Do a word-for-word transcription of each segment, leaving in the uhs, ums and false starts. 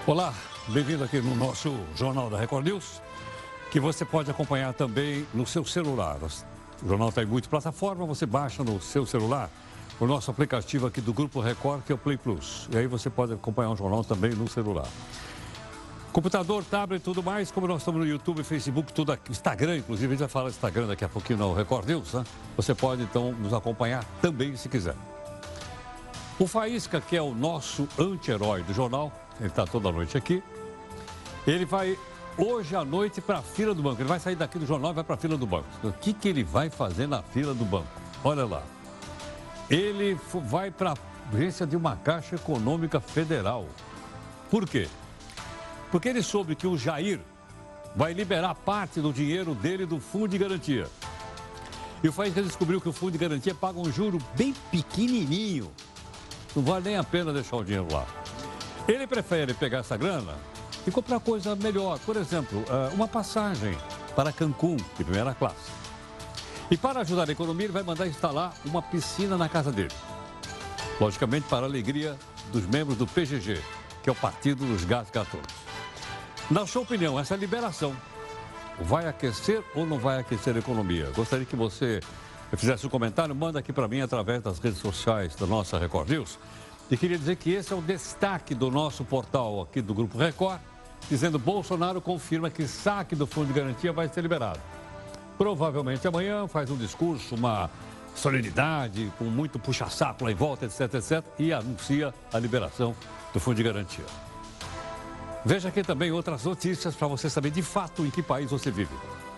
Olá, bem-vindo aqui no nosso Jornal da Record News, que você pode acompanhar também no seu celular. O jornal está em muitas plataformas, você baixa no seu celular o nosso aplicativo aqui do Grupo Record, que é o Play Plus. E aí você pode acompanhar o jornal também no celular. Computador, tablet e tudo mais, como nós estamos no YouTube, Facebook, tudo aqui, Instagram, inclusive, a gente vai falar do Instagram daqui a pouquinho no Record News, né? Você pode, então, nos acompanhar também, se quiser. O Faísca, que é o nosso anti-herói do jornal, ele está toda noite aqui, ele vai hoje à noite para a fila do banco. Ele vai sair daqui do jornal e vai para a fila do banco. O que, que ele vai fazer na fila do banco? Olha lá. Ele vai para a agência de uma Caixa Econômica Federal. Por quê? Porque ele soube que o Jair vai liberar parte do dinheiro dele do Fundo de Garantia. E o Faísca descobriu que o Fundo de Garantia paga um juro bem pequenininho. Não vale nem a pena deixar o dinheiro lá. Ele prefere pegar essa grana e comprar coisa melhor. Por exemplo, uma passagem para Cancún, de primeira classe. E para ajudar a economia, ele vai mandar instalar uma piscina na casa dele. Logicamente, para a alegria dos membros do P G G, que é o Partido dos Gatos Gatunos. Na sua opinião, essa liberação vai aquecer ou não vai aquecer a economia? Gostaria que você fizesse um comentário, manda aqui para mim através das redes sociais da nossa Record News. E queria dizer que esse é o destaque do nosso portal aqui do Grupo Record, dizendo que Bolsonaro confirma que saque do Fundo de Garantia vai ser liberado. Provavelmente amanhã faz um discurso, uma solenidade, com muito puxa-saco lá em volta, etc, etcétera, e anuncia a liberação do Fundo de Garantia. Veja aqui também outras notícias para você saber de fato em que país você vive.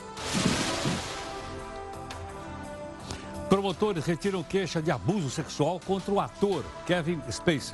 Promotores retiram queixa de abuso sexual contra o ator Kevin Spacey.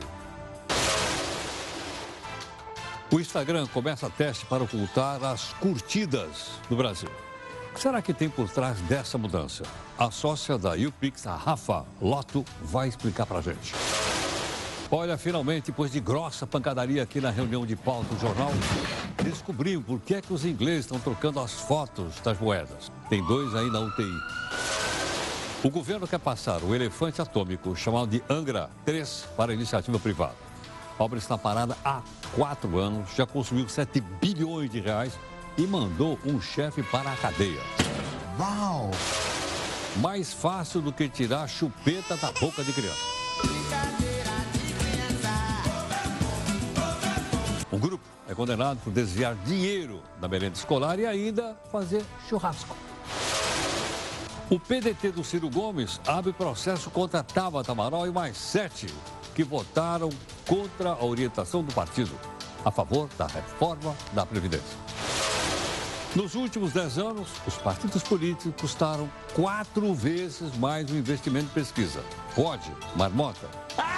O Instagram começa teste para ocultar as curtidas no Brasil. O que será que tem por trás dessa mudança? A sócia da YouPix, a Rafa Lotto, vai explicar para a gente. Olha, finalmente, depois de grossa pancadaria aqui na reunião de pauta do jornal, descobriu por que é que os ingleses estão trocando as fotos das moedas. Tem dois aí na U T I. O governo quer passar o elefante atômico, chamado de Angra três, para a iniciativa privada. A obra está parada há quatro anos, já consumiu sete bilhões de reais e mandou um chefe para a cadeia. Uau! Mais fácil do que tirar a chupeta da boca de criança. O grupo é condenado por desviar dinheiro da merenda escolar e ainda fazer churrasco. O P D T do Ciro Gomes abre processo contra Tabata Amaral e mais sete que votaram contra a orientação do partido a favor da reforma da Previdência. Nos últimos dez anos, os partidos políticos custaram quatro vezes mais o investimento em pesquisa. Pode, marmota.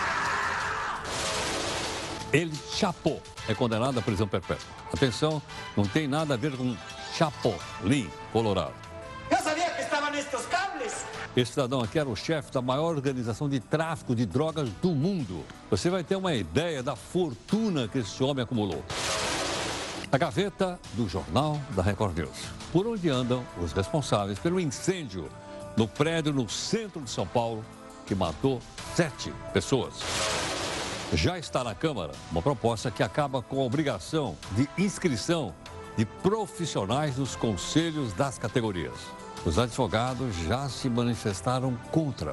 Ele Chapo é condenado à prisão perpétua. Atenção, não tem nada a ver com Chapolin, Colorado. Eu sabia que estava nestes cables. Esse cidadão aqui era o chefe da maior organização de tráfico de drogas do mundo. Você vai ter uma ideia da fortuna que esse homem acumulou. A gaveta do Jornal da Record News. Por onde andam os responsáveis pelo incêndio no prédio no centro de São Paulo, que matou sete pessoas. Já está na Câmara uma proposta que acaba com a obrigação de inscrição de profissionais dos conselhos das categorias. Os advogados já se manifestaram contra.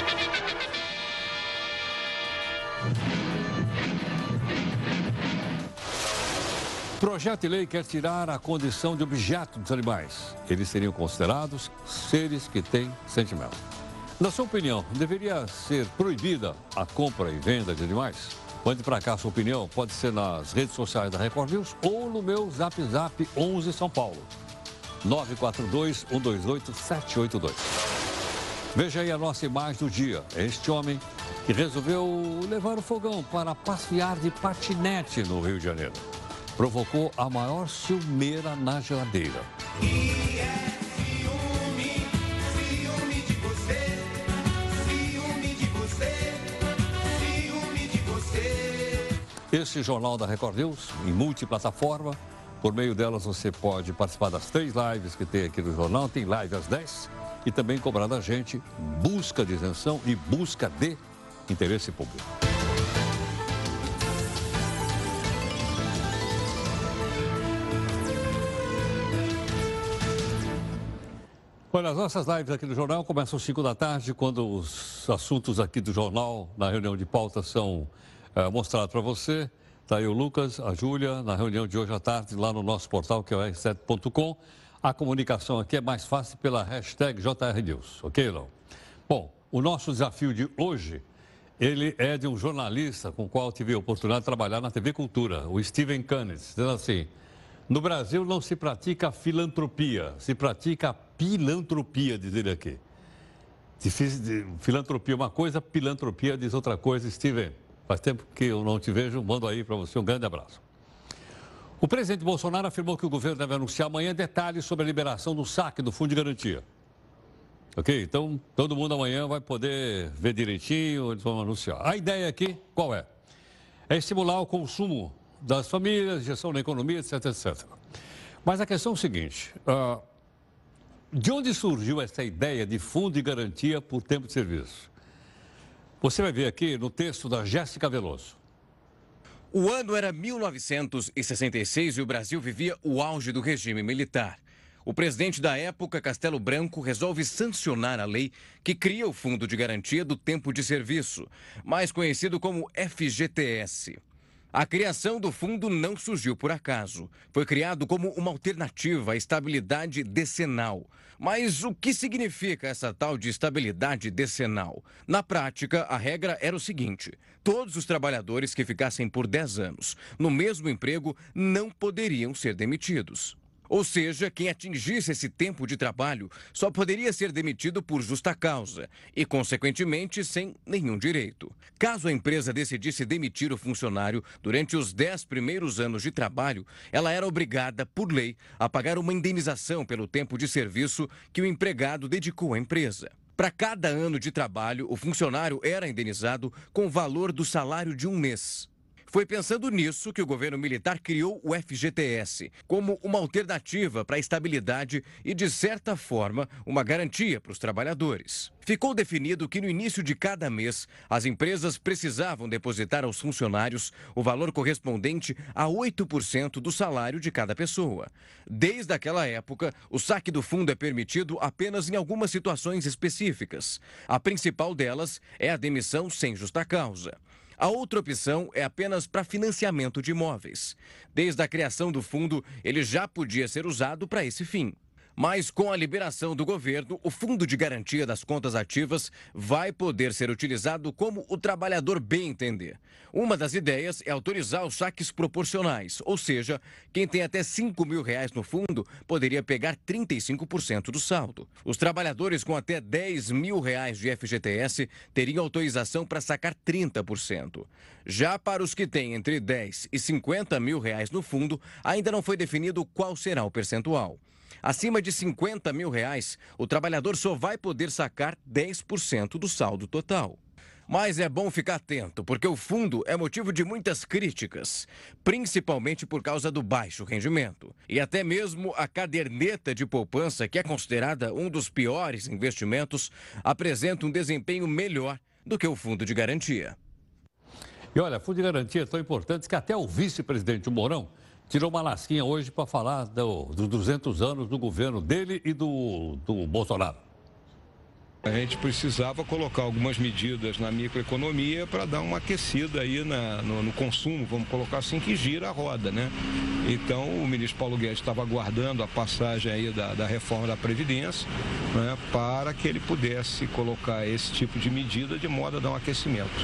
Projeto de lei quer tirar a condição de objeto dos animais. Eles seriam considerados seres que têm sentimento. Na sua opinião, deveria ser proibida a compra e venda de animais? Mande para cá a sua opinião, pode ser nas redes sociais da Record News ou no meu Zap Zap onze São Paulo. nove quatro dois, um dois oito, sete oito dois. Veja aí a nossa imagem do dia. É este homem que resolveu levar o fogão para passear de patinete no Rio de Janeiro. Provocou a maior ciumeira na geladeira. E é ciúme, ciúme de você, ciúme de você, ciúme de você. Esse Jornal da Record News, em multiplataforma. Por meio delas você pode participar das três lives que tem aqui no jornal. Tem live às dez e também cobrar da gente busca de isenção e busca de interesse público. Olha, as nossas lives aqui do Jornal começam às cinco da tarde, quando os assuntos aqui do Jornal, na reunião de pauta, são é, mostrados para você. Está aí o Lucas, a Júlia, na reunião de hoje à tarde, lá no nosso portal, que é o R sete ponto com. A comunicação aqui é mais fácil pela hashtag J R News, ok, Lão? Bom, o nosso desafio de hoje, ele é de um jornalista com o qual eu tive a oportunidade de trabalhar na T V Cultura, o Steven Cannes, dizendo assim: no Brasil não se pratica filantropia, se pratica pilantropia, diz ele aqui. Difícil de... Filantropia é uma coisa, pilantropia diz outra coisa. Steven, faz tempo que eu não te vejo, mando aí para você um grande abraço. O presidente Bolsonaro afirmou que o governo deve anunciar amanhã detalhes sobre a liberação do saque do Fundo de Garantia. Ok? Então, todo mundo amanhã vai poder ver direitinho, eles vão anunciar. A ideia aqui, qual é? É estimular o consumo das famílias, gestão da economia, etc, etcétera. Mas a questão é o seguinte, uh, de onde surgiu essa ideia de fundo de garantia por tempo de serviço? Você vai ver aqui no texto da Jéssica Veloso. O ano era mil novecentos e sessenta e seis e o Brasil vivia o auge do regime militar. O presidente da época, Castelo Branco, resolve sancionar a lei que cria o Fundo de Garantia do Tempo de Serviço, mais conhecido como F G T S. A criação do fundo não surgiu por acaso. Foi criado como uma alternativa à estabilidade decenal. Mas o que significa essa tal de estabilidade decenal? Na prática, a regra era o seguinte: todos os trabalhadores que ficassem por dez anos no mesmo emprego não poderiam ser demitidos. Ou seja, quem atingisse esse tempo de trabalho só poderia ser demitido por justa causa e, consequentemente, sem nenhum direito. Caso a empresa decidisse demitir o funcionário durante os dez primeiros anos de trabalho, ela era obrigada, por lei, a pagar uma indenização pelo tempo de serviço que o empregado dedicou à empresa. Para cada ano de trabalho, o funcionário era indenizado com o valor do salário de um mês. Foi pensando nisso que o governo militar criou o F G T S, como uma alternativa para a estabilidade e, de certa forma, uma garantia para os trabalhadores. Ficou definido que no início de cada mês, as empresas precisavam depositar aos funcionários o valor correspondente a oito por cento do salário de cada pessoa. Desde aquela época, o saque do fundo é permitido apenas em algumas situações específicas. A principal delas é a demissão sem justa causa. A outra opção é apenas para financiamento de imóveis. Desde a criação do fundo, ele já podia ser usado para esse fim. Mas com a liberação do governo, o Fundo de Garantia das Contas Ativas vai poder ser utilizado como o trabalhador bem entender. Uma das ideias é autorizar os saques proporcionais, ou seja, quem tem até cinco mil reais no fundo poderia pegar trinta e cinco por cento do saldo. Os trabalhadores com até dez mil reais de F G T S teriam autorização para sacar trinta por cento. Já para os que têm entre dez e cinquenta mil reais no fundo, ainda não foi definido qual será o percentual. Acima de cinquenta mil reais, o trabalhador só vai poder sacar dez por cento do saldo total. Mas é bom ficar atento, porque o fundo é motivo de muitas críticas, principalmente por causa do baixo rendimento. E até mesmo a caderneta de poupança, que é considerada um dos piores investimentos, apresenta um desempenho melhor do que o fundo de garantia. E olha, fundo de garantia é tão importante que até o vice-presidente Mourão tirou uma lasquinha hoje para falar do, dos duzentos anos do governo dele e do, do Bolsonaro. A gente precisava colocar algumas medidas na microeconomia para dar uma aquecida aí na, no, no consumo, vamos colocar assim, que gira a roda, né? Então, o ministro Paulo Guedes estava aguardando a passagem aí da, da reforma da Previdência, né, para que ele pudesse colocar esse tipo de medida de modo a dar um aquecimento.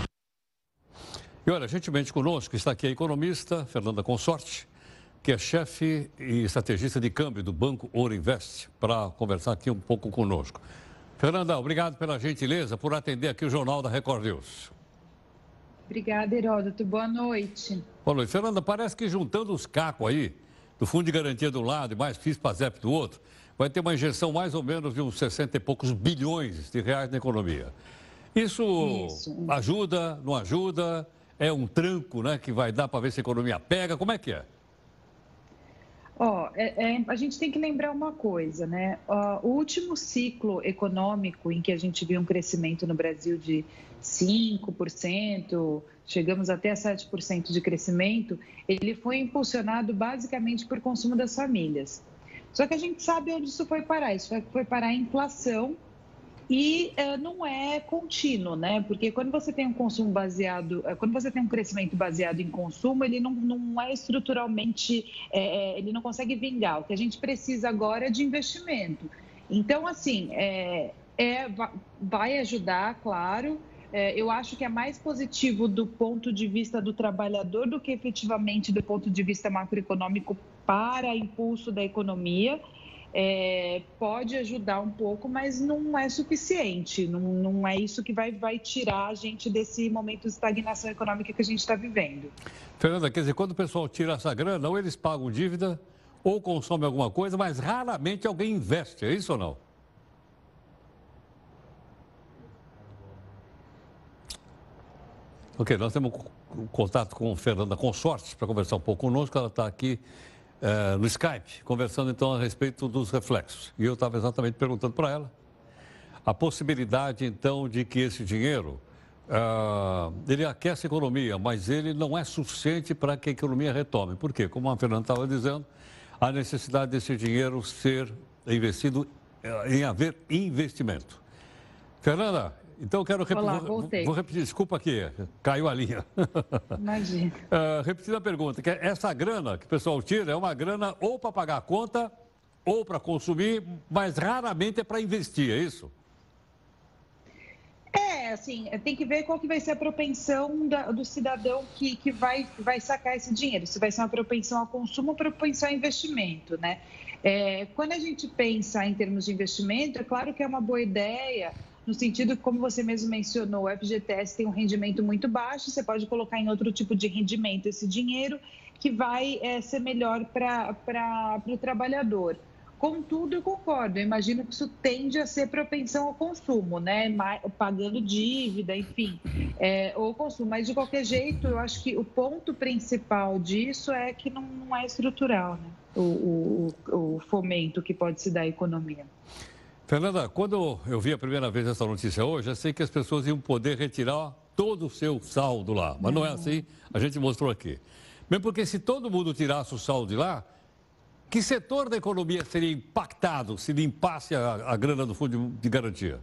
E olha, gentilmente conosco está aqui a economista Fernanda Consorte, que é chefe e estrategista de câmbio do Banco Ouro Invest, para conversar aqui um pouco conosco. Fernanda, obrigado pela gentileza por atender aqui o Jornal da Record News. Obrigada, Heródoto. Boa noite. Boa noite. Fernanda, parece que juntando os cacos aí, do Fundo de Garantia de um lado e mais FIS PASEP do outro, vai ter uma injeção mais ou menos de uns sessenta e poucos bilhões de reais na economia. Isso, Isso. ajuda, não ajuda? É um tranco, né, que vai dar para ver se a economia pega? Como é que é? Ó, é, é, a gente tem que lembrar uma coisa, né? Ó, o último ciclo econômico em que a gente viu um crescimento no Brasil de cinco por cento, chegamos até a sete por cento de crescimento, ele foi impulsionado basicamente por consumo das famílias. Só que a gente sabe onde isso foi parar. Isso foi, foi parar a inflação e uh, não é contínuo, né? Porque quando você tem um consumo baseado, uh, quando você tem um crescimento baseado em consumo, ele não, não é estruturalmente, é, ele não consegue vingar. O que a gente precisa agora é de investimento. Então, assim, é, é, vai ajudar, claro. É, eu acho que é mais positivo do ponto de vista do trabalhador do que efetivamente do ponto de vista macroeconômico para impulso da economia. É, pode ajudar um pouco, mas não é suficiente. Não, não é isso que vai, vai tirar a gente desse momento de estagnação econômica que a gente está vivendo. Fernanda, quer dizer, quando o pessoal tira essa grana, ou eles pagam dívida ou consomem alguma coisa, mas raramente alguém investe, é isso ou não? Ok, nós temos contato com Fernanda Consortes para conversar um pouco conosco. Ela está aqui é, no Skype, conversando então a respeito dos reflexos. E eu estava exatamente perguntando para ela a possibilidade então de que esse dinheiro, uh, ele aquece a economia, mas ele não é suficiente para que a economia retome. Por quê? Como a Fernanda estava dizendo, a necessidade desse dinheiro ser investido em haver investimento. Fernanda, então eu quero repetir. Olá, vou, vou repetir, desculpa aqui, caiu a linha. Imagina. Uh, repetindo a pergunta, que essa grana que o pessoal tira é uma grana ou para pagar a conta ou para consumir, mas raramente é para investir, é isso? É, assim, tem que ver qual que vai ser a propensão da, do cidadão que, que vai, vai sacar esse dinheiro. Se vai ser uma propensão a consumo ou propensão a investimento, né? É, quando a gente pensa em termos de investimento, é claro que é uma boa ideia, no sentido que, como você mesmo mencionou, o F G T S tem um rendimento muito baixo, você pode colocar em outro tipo de rendimento esse dinheiro que vai é, ser melhor para o trabalhador. Contudo, eu concordo, eu imagino que isso tende a ser propensão ao consumo, né? Pagando dívida, enfim, é, ou consumo. Mas, de qualquer jeito, eu acho que o ponto principal disso é que não, não é estrutural, né? o, o, o fomento que pode se dar à economia. Fernanda, quando eu vi a primeira vez essa notícia hoje, eu sei que as pessoas iam poder retirar todo o seu saldo lá, mas não, não é assim, a gente mostrou aqui. Mesmo porque se todo mundo tirasse o saldo de lá, que setor da economia seria impactado se limpasse a, a grana do fundo de garantia?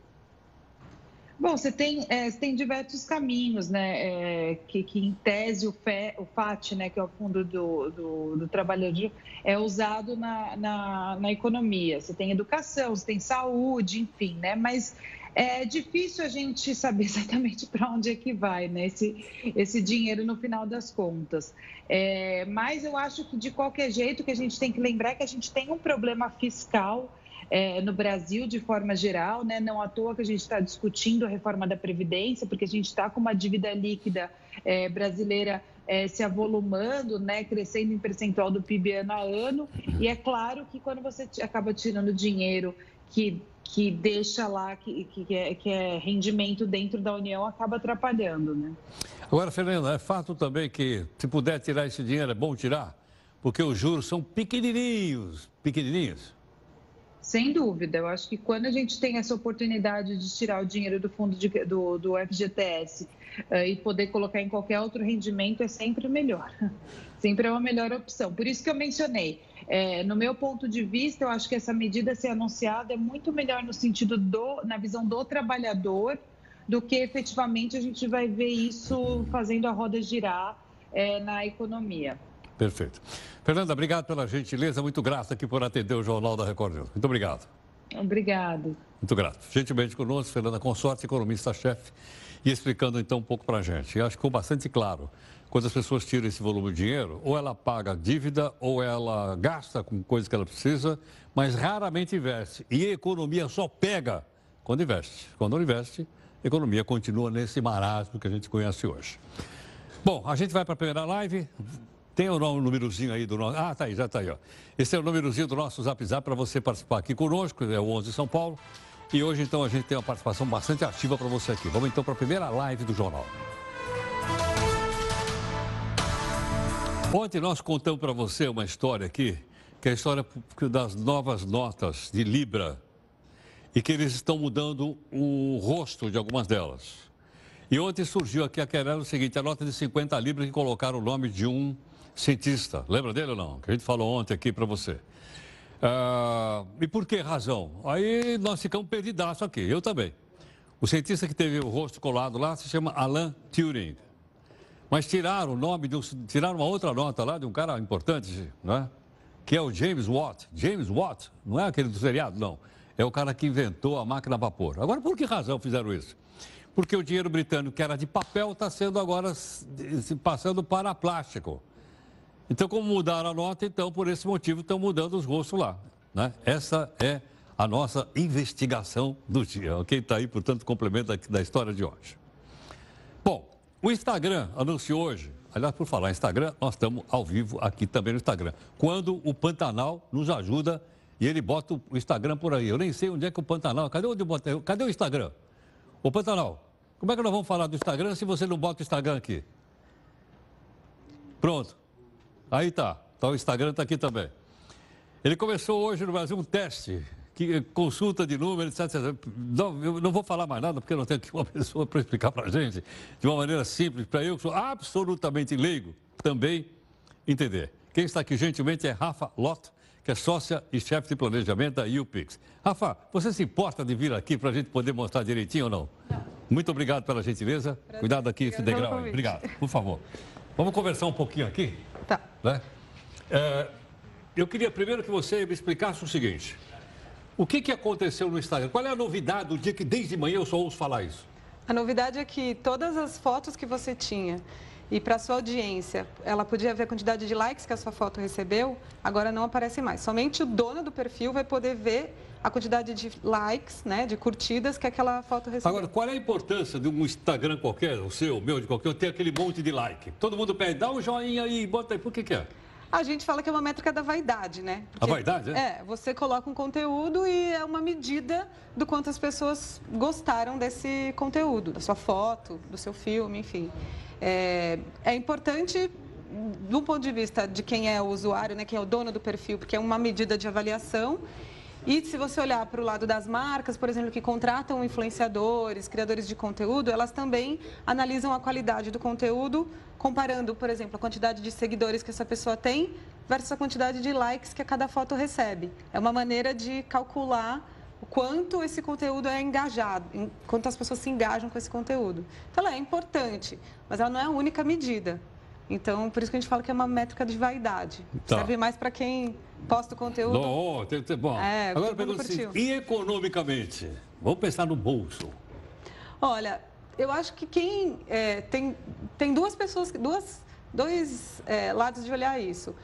Bom, você tem, é, você tem diversos caminhos, né, é, que, que em tese o, F E, o F A T, né, que é o Fundo do, do, do Trabalhador, é usado na, na, na economia. Você tem educação, você tem saúde, enfim, né, mas é difícil a gente saber exatamente para onde é que vai, né, esse, esse dinheiro no final das contas. É, mas eu acho que, de qualquer jeito, que a gente tem que lembrar é que a gente tem um problema fiscal É, no Brasil, de forma geral, né? Não à toa que a gente está discutindo a reforma da Previdência, porque a gente está com uma dívida líquida é, brasileira é, se avolumando, né? Crescendo em percentual do P I B ano a ano. E é claro que quando você acaba tirando dinheiro que, que deixa lá, que, que, é, que é rendimento dentro da União, acaba atrapalhando, né? Agora, Fernanda, é fato também que, se puder tirar esse dinheiro, é bom tirar, porque os juros são pequenininhos, pequenininhos. Sem dúvida, eu acho que quando a gente tem essa oportunidade de tirar o dinheiro do fundo de, do, do F G T S uh, e poder colocar em qualquer outro rendimento, é sempre melhor, sempre é uma melhor opção. Por isso que eu mencionei, é, no meu ponto de vista, eu acho que essa medida ser anunciada é muito melhor no sentido do, na visão do trabalhador, do que efetivamente a gente vai ver isso fazendo a roda girar é, na economia. Perfeito. Fernanda, obrigado pela gentileza, muito grato aqui por atender o Jornal da Record News. Muito obrigado. Obrigado. Muito grato. Gentilmente conosco, Fernanda Consortes, economista-chefe, e explicando então um pouco para a gente. Eu acho que ficou bastante claro, quando as pessoas tiram esse volume de dinheiro, ou ela paga dívida, ou ela gasta com coisas que ela precisa, mas raramente investe. E a economia só pega quando investe. Quando não investe, a economia continua nesse marasmo que a gente conhece hoje. Bom, a gente vai para a primeira live. Tem o númerozinho aí do nosso... Ah, tá aí, já tá aí, ó. Esse é o númerozinho do nosso Zap Zap para você participar aqui conosco, é o onze São Paulo. E hoje, então, a gente tem uma participação bastante ativa para você aqui. Vamos, então, para a primeira live do jornal. Ontem nós contamos para você uma história aqui, que é a história das novas notas de Libra. E que eles estão mudando o rosto de algumas delas. E ontem surgiu aqui a querela o seguinte, a nota de cinquenta libras que colocaram o nome de um cientista. Lembra dele ou não? Que a gente falou ontem aqui para você. Ah, e por que razão? Aí nós ficamos perdidaços aqui, eu também. O cientista que teve o rosto colado lá se chama Alan Turing. Mas tiraram o nome, de um, tiraram uma outra nota lá de um cara importante, né? Que é o James Watt. James Watt, não é aquele do seriado, não. É o cara que inventou a máquina a vapor. Agora, por que razão fizeram isso? Porque o dinheiro britânico, que era de papel, está sendo agora se passando para plástico. Então, como mudaram a nota, então, por esse motivo, estão mudando os rostos lá, né? Essa é a nossa investigação do dia, ok? Está aí, portanto, complemento da, da história de hoje. Bom, o Instagram anunciou hoje, aliás, por falar em Instagram, nós estamos ao vivo aqui também no Instagram. Quando o Pantanal nos ajuda e ele bota o Instagram por aí. Eu nem sei onde é que o Pantanal... Cadê, onde eu botei? Cadê o Instagram? Ô, Pantanal, como é que nós vamos falar do Instagram se você não bota o Instagram aqui? Pronto. Aí tá. Então o Instagram está aqui também. Ele começou hoje no Brasil um teste, que consulta de números, etcétera. Não, eu não vou falar mais nada, porque eu não tenho aqui uma pessoa para explicar para a gente, de uma maneira simples, para eu, que sou absolutamente leigo, também entender. Quem está aqui gentilmente é Rafa Lott, que é sócia e chefe de planejamento da YouPix. Rafa, você se importa de vir aqui para a gente poder mostrar direitinho ou não? Não. Muito obrigado pela gentileza. Prazer. Cuidado aqui, esse degrau aí. Obrigado, por favor. Vamos conversar um pouquinho aqui? Tá. Né? É, eu queria primeiro que você me explicasse o seguinte. O que, que aconteceu no Instagram? Qual é a novidade do dia que desde manhã eu só ouço falar isso? A novidade é que todas as fotos que você tinha e para sua audiência, ela podia ver a quantidade de likes que a sua foto recebeu, agora não aparece mais. Somente o dono do perfil vai poder ver a quantidade de likes, né, de curtidas que aquela foto recebeu. Agora, qual é a importância de um Instagram qualquer, o seu, o meu, de qualquer, ter aquele monte de like? Todo mundo pede, dá um joinha aí, bota aí, por que que é? A gente fala que é uma métrica da vaidade, né? Porque, a vaidade, é? É, você coloca um conteúdo e é uma medida do quanto as pessoas gostaram desse conteúdo, da sua foto, do seu filme, enfim. É, é importante, do ponto de vista de quem é o usuário, né, quem é o dono do perfil, porque é uma medida de avaliação. E se você olhar para o lado das marcas, por exemplo, que contratam influenciadores, criadores de conteúdo, elas também analisam a qualidade do conteúdo, comparando, por exemplo, a quantidade de seguidores que essa pessoa tem versus a quantidade de likes que a cada foto recebe. É uma maneira de calcular o quanto esse conteúdo é engajado, quanto as pessoas se engajam com esse conteúdo. Então, ela é importante, mas ela não é a única medida. Então, por isso que a gente fala que é uma métrica de vaidade. Tá. Serve mais para quem posta o conteúdo. Não, tem, tem, bom, é, agora pergunta assim, e economicamente? Vamos pensar no bolso. Olha, eu acho que quem é, tem, tem duas pessoas, duas, dois é, lados de olhar isso.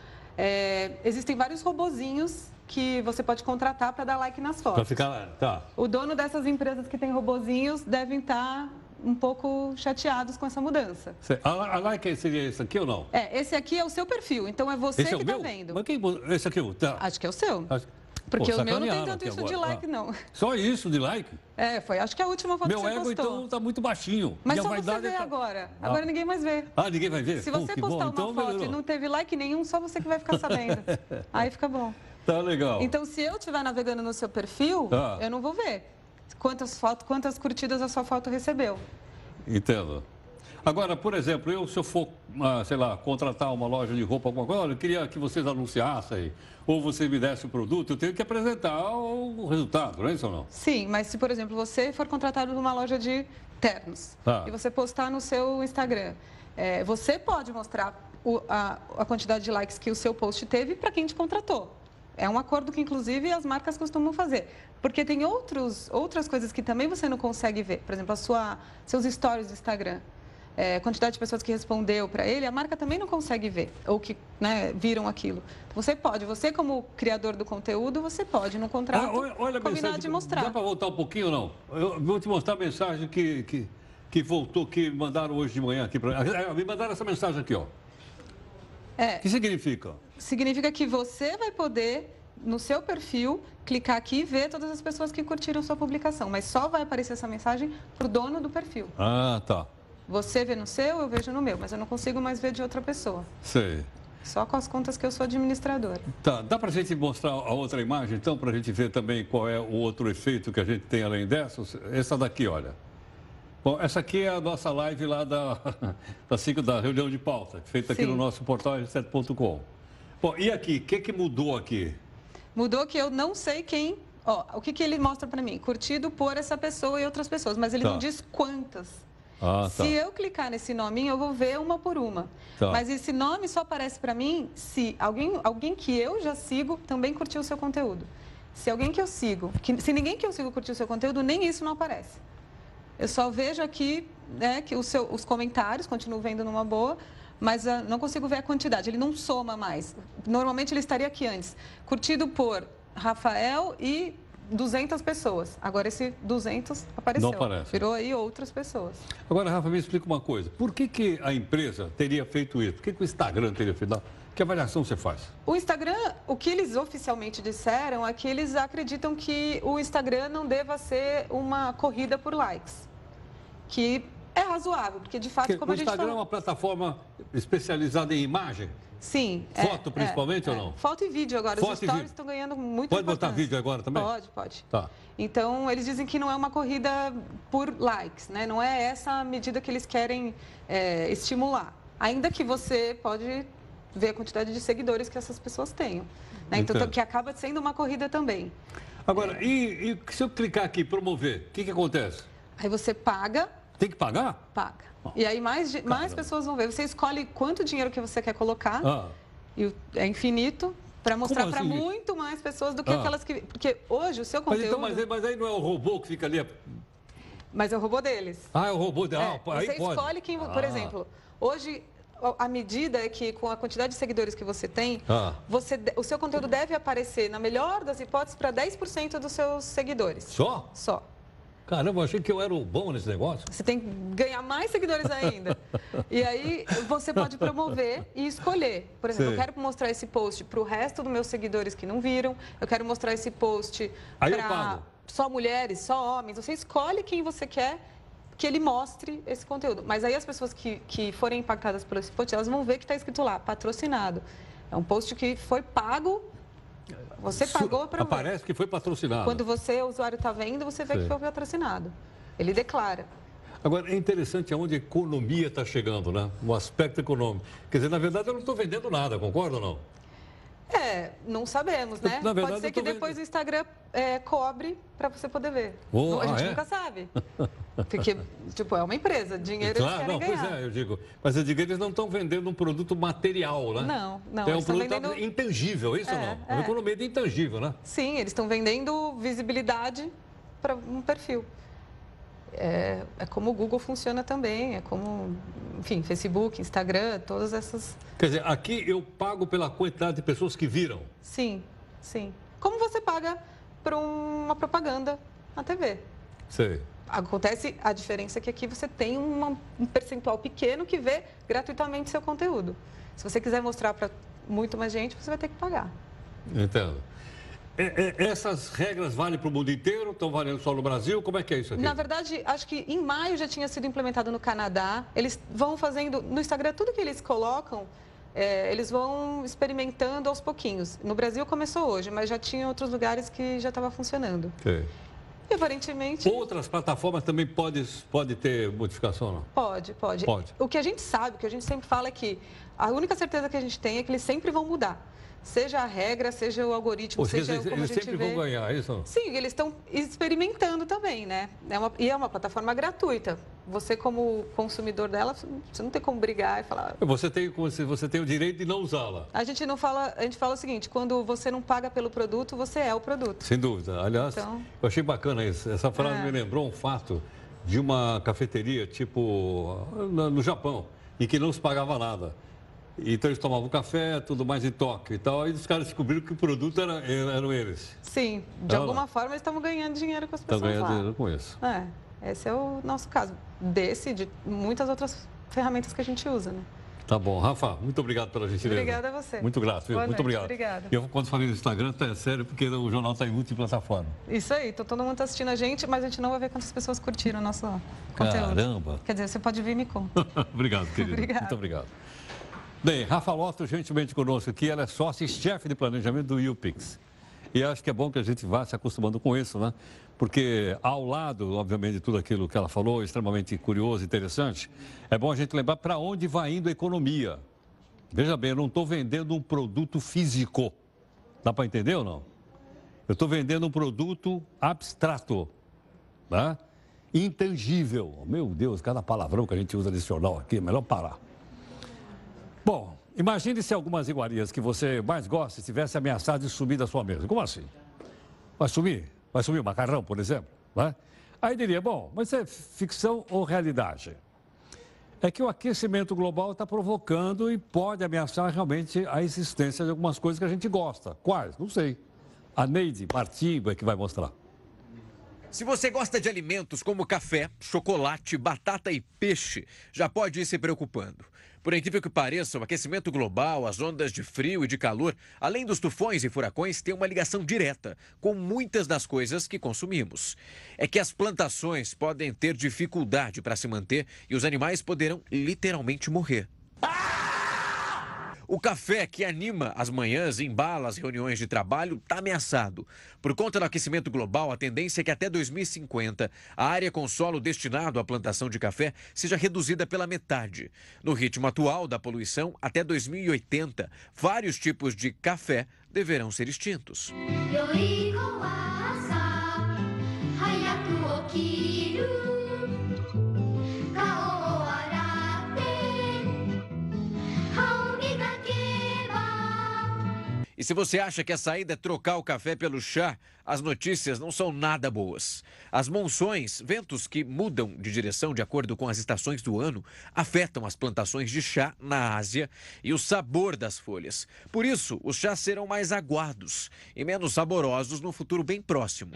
É, existem vários robozinhos que você pode contratar para dar like nas fotos. Para ficar, tá. O dono dessas empresas que tem robozinhos devem estar um pouco chateados com essa mudança. A, a like seria esse aqui ou não? É, esse aqui é o seu perfil, então é você esse que está é vendo. Mas quem, esse aqui, tá. Acho que é o seu. Acho... Porque Pô, o meu não tem tanto isso agora. de like, ah. não. Só isso de like? É, foi, acho que a última foto meu que você ego, postou. então, está muito baixinho. Mas e só a vaidade você vê tá... agora. Ah. Agora ninguém mais vê. Ah, ninguém vai ver? Se você Pô, postar bom. uma então, foto melhorou. e não teve like nenhum, só você que vai ficar sabendo. Aí fica bom. Tá legal. Então, se eu estiver navegando no seu perfil, ah. eu não vou ver quantas fotos, quantas curtidas a sua foto recebeu. Entendo. Agora, por exemplo, eu, se eu for, ah, sei lá, contratar uma loja de roupa, alguma coisa, olha, eu queria que vocês anunciassem, ou você me desse o produto, eu tenho que apresentar o resultado, não é isso ou não? Sim, mas se, por exemplo, você for contratado numa loja de ternos ah. e você postar no seu Instagram, é, você pode mostrar o, a, a quantidade de likes que o seu post teve para quem te contratou. É um acordo que, inclusive, as marcas costumam fazer. Porque tem outros, outras coisas que também você não consegue ver. Por exemplo, a sua, seus stories do Instagram. É, quantidade de pessoas que respondeu para ele, a marca também não consegue ver, ou que, né, viram aquilo. Você pode, você como criador do conteúdo, você pode, no contrato, ah, olha, olha combinar mensagem, de mostrar. Dá para voltar um pouquinho ou não? Eu vou te mostrar a mensagem que, que, que voltou, que mandaram hoje de manhã aqui para mim. Me mandaram essa mensagem aqui, ó. É, o que significa? Significa que você vai poder, no seu perfil, clicar aqui e ver todas as pessoas que curtiram sua publicação. Mas só vai aparecer essa mensagem para o dono do perfil. Ah, tá. Você vê no seu, eu vejo no meu, mas eu não consigo mais ver de outra pessoa. Sei. Só com as contas que eu sou administradora. Tá, dá para a gente mostrar a outra imagem, então, para a gente ver também qual é o outro efeito que a gente tem além dessa? Essa daqui, olha. Bom, essa aqui é a nossa live lá da, da, cinco, da reunião de pauta, feita aqui Sim. no nosso portal R sete ponto com. Bom, e aqui, o que, que mudou aqui? Mudou que eu não sei quem... Ó, o que, que ele mostra para mim? Curtido por essa pessoa e outras pessoas, mas ele Tá. não diz quantas. Ah, tá. Se eu clicar nesse nominho, eu vou ver uma por uma. Tá. Mas esse nome só aparece para mim se alguém, alguém que eu já sigo também curtiu o seu conteúdo. Se alguém que eu sigo, que, se ninguém que eu sigo curtiu o seu conteúdo, nem isso não aparece. Eu só vejo aqui, né, que o seu, os comentários, continuo vendo numa boa, mas uh, não consigo ver a quantidade, ele não soma mais. Normalmente ele estaria aqui antes, curtido por Rafael e duzentas pessoas. Agora esse duzentos apareceu. Não aparece. Virou aí outras pessoas. Agora, Rafa, me explica uma coisa. Por que, que a empresa teria feito isso? Por que, que o Instagram teria feito? Que avaliação você faz? O Instagram, o que eles oficialmente disseram é que eles acreditam que o Instagram não deva ser uma corrida por likes. Que é razoável, porque de fato, Porque como o a gente Instagram falou... é uma plataforma especializada em imagem? Sim. Foto, é, principalmente, é, ou não? É. Foto e vídeo agora. Foto Os e stories vídeo. estão ganhando muito Pode botar importância. vídeo agora também? Pode, pode. Tá. Então, eles dizem que não é uma corrida por likes, né? Não é essa a medida que eles querem é, estimular. Ainda que você pode ver a quantidade de seguidores que essas pessoas tenham. Né? Então, Entendo. que acaba sendo uma corrida também. Agora, e, e se eu clicar aqui, promover, o que, que acontece? Aí você paga, Tem que pagar? paga. E aí mais, de- mais pessoas vão ver. Você escolhe quanto dinheiro que você quer colocar. Ah, E o- é infinito para mostrar Como para assim? muito mais pessoas do que Ah. aquelas que... Porque hoje o seu mas, conteúdo... então, mas, aí- mas aí não é o robô que fica ali? Mas é o robô deles. Ah, é o robô de... Ah, É, aí você pode. escolhe quem... Por Ah. exemplo, hoje a medida é que com a quantidade de seguidores que você tem, Ah. você, de- o seu conteúdo deve aparecer, na melhor das hipóteses, para dez por cento dos seus seguidores. Só? Só. Caramba, eu achei que eu era o bom nesse negócio. Você tem que ganhar mais seguidores ainda. E aí você pode promover e escolher. Por exemplo, Sei. eu quero mostrar esse post para o resto dos meus seguidores que não viram. Eu quero mostrar esse post Aí eu para pago. só mulheres, só homens. Você escolhe quem você quer que ele mostre esse conteúdo. Mas aí as pessoas que, que forem impactadas por esse post, elas vão ver que está escrito lá, patrocinado. É um post que foi pago, você pagou para ver. Aparece que foi patrocinado. Quando você, o usuário, está vendo, você vê Sei. que foi patrocinado. Ele declara. Agora, é interessante aonde a economia está chegando, né? O aspecto econômico. Quer dizer, na verdade, eu não estou vendendo nada, concorda ou não? É, não sabemos, né? Na verdade, Pode ser eu que tô vendo- depois o Instagram é, cobre para você poder ver. Oh, Não, a ah, gente é? nunca sabe. Porque, tipo, é uma empresa, dinheiro eles Claro, querem não, pois ganhar. é, eu digo. Mas eu digo, eles não estão vendendo um produto material, né? Não, não, É um eles estão produto vendendo- intangível, isso ou É, não? É uma é. economia de intangível, né? Sim, eles estão vendendo visibilidade para um perfil. É, é como o Google funciona também, é como, enfim, Facebook, Instagram, todas essas... Quer dizer, aqui eu pago pela quantidade de pessoas que viram. Sim, sim. Como você paga por uma propaganda na T V? Sei. Acontece a diferença é que aqui você tem uma- um percentual pequeno que vê gratuitamente seu conteúdo. Se você quiser mostrar para muito mais gente, você vai ter que pagar. Entendo. É, é, essas regras valem para o mundo inteiro? Estão valendo só no Brasil? Como é que é isso aqui? Na verdade, acho que em maio já tinha sido implementado no Canadá. Eles vão fazendo no Instagram tudo que eles colocam, é, eles vão experimentando aos pouquinhos. No Brasil começou hoje, mas já tinha outros lugares que já estava funcionando. Sei. E aparentemente Outras plataformas também podem pode ter modificação, não? pode, pode. Pode. O que a gente sabe, o que a gente sempre fala é que a única certeza que a gente tem é que eles sempre vão mudar. Seja a regra, seja o algoritmo, Ou seja, seja eles, como a eles gente sempre vê. vão ganhar, é isso? Não? Sim, eles estão experimentando também, né? É uma, e é uma plataforma gratuita. Você, como consumidor dela, você não tem como brigar e falar. Você tem, você você tem o direito de não usá-la. A gente não fala, a gente fala o seguinte: quando você não paga pelo produto, você é o produto. Sem dúvida. Aliás, Então- eu achei bacana isso. Essa frase É. me lembrou um fato de uma cafeteria, tipo, no, no Japão, em que não se pagava nada. Então eles tomavam café, tudo mais em Tóquio e tal. Aí os caras descobriram que o produto era, eram eles. Sim, de Tá alguma lá. forma eles estavam ganhando dinheiro com as Estão pessoas ganhando lá. dinheiro com isso. É, esse é o nosso caso. Desse, de muitas outras ferramentas que a gente usa, né? Tá bom. Rafa, muito obrigado pela gentileza. Obrigada a você. Muito grato, viu? Boa Muito noite, obrigado. obrigada. E eu, quando falei no Instagram, tá é sério, porque o jornal está em multiplataforma. Isso aí, então todo mundo está assistindo a gente, mas a gente não vai ver quantas pessoas curtiram o nosso conteúdo. Caramba. Quer dizer, você pode vir e me conta. Obrigado, querido. Obrigada. Muito obrigado. Bem, Rafa Lotto, gentilmente conosco aqui, ela é sócia e chefe de planejamento do YouPix. E acho que é bom que a gente vá se acostumando com isso, né? Porque ao lado, obviamente, de tudo aquilo que ela falou, extremamente curioso e interessante, é bom a gente lembrar para onde vai indo a economia. Veja bem, eu não estou vendendo um produto físico. Dá para entender ou não? Eu estou vendendo um produto abstrato, né? Intangível. Meu Deus, cada palavrão que a gente usa nesse jornal aqui, é melhor parar. Bom, imagine se algumas iguarias que você mais gosta estivesse ameaçado de sumir da sua mesa. Como assim? Vai sumir? Vai sumir o macarrão, por exemplo? Né? Aí diria, bom, mas é ficção ou realidade? É que o aquecimento global está provocando e pode ameaçar realmente a existência de algumas coisas que a gente gosta. Quais? Não sei. A Neide Martinho é que vai mostrar. Se você gosta de alimentos como café, chocolate, batata e peixe, já pode ir se preocupando. Por incrível que pareça, o aquecimento global, as ondas de frio e de calor, além dos tufões e furacões, têm uma ligação direta com muitas das coisas que consumimos. É que as plantações podem ter dificuldade para se manter e os animais poderão literalmente morrer. O café que anima as manhãs e embala as reuniões de trabalho está ameaçado. Por conta do aquecimento global, a tendência é que até dois mil e cinquenta a área com solo destinado à plantação de café seja reduzida pela metade. No ritmo atual da poluição, até dois mil e oitenta, vários tipos de café deverão ser extintos. E se você acha que a saída é trocar o café pelo chá, as notícias não são nada boas. As monções, ventos que mudam de direção de acordo com as estações do ano, afetam as plantações de chá na Ásia e o sabor das folhas. Por isso, os chás serão mais aguados e menos saborosos no futuro bem próximo.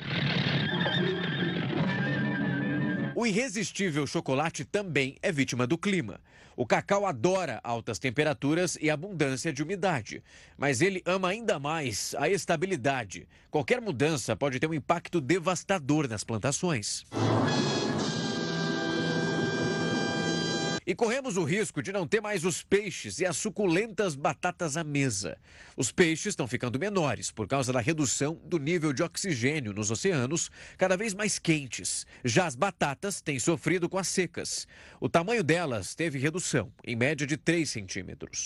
O irresistível chocolate também é vítima do clima. O cacau adora altas temperaturas e abundância de umidade, mas ele ama ainda mais a estabilidade. Qualquer mudança pode ter um impacto devastador nas plantações. E corremos o risco de não ter mais os peixes e as suculentas batatas à mesa. Os peixes estão ficando menores por causa da redução do nível de oxigênio nos oceanos, cada vez mais quentes. Já as batatas têm sofrido com as secas. O tamanho delas teve redução, em média de três centímetros.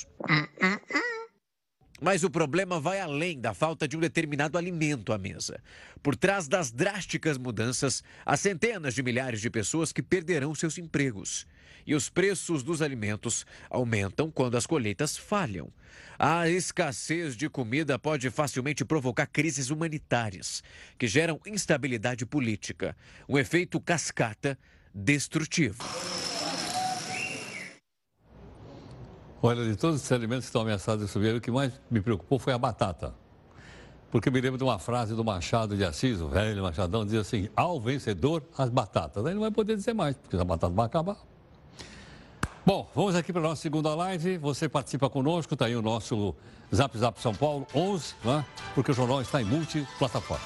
Mas o problema vai além da falta de um determinado alimento à mesa. Por trás das drásticas mudanças, há centenas de milhares de pessoas que perderão seus empregos. E os preços dos alimentos aumentam quando as colheitas falham. A escassez de comida pode facilmente provocar crises humanitárias, que geram instabilidade política, um efeito cascata destrutivo. Olha, de todos os alimentos que estão ameaçados de subir, o que mais me preocupou foi a batata. Porque me lembro de uma frase do Machado de Assis, o velho Machadão, dizia assim, ao vencedor, as batatas. Aí não vai poder dizer mais, porque a batata vai acabar. Bom, vamos aqui para a nossa segunda live. Você participa conosco, está aí o nosso Zap Zap São Paulo, onze, né? Porque o jornal está em multiplataforma.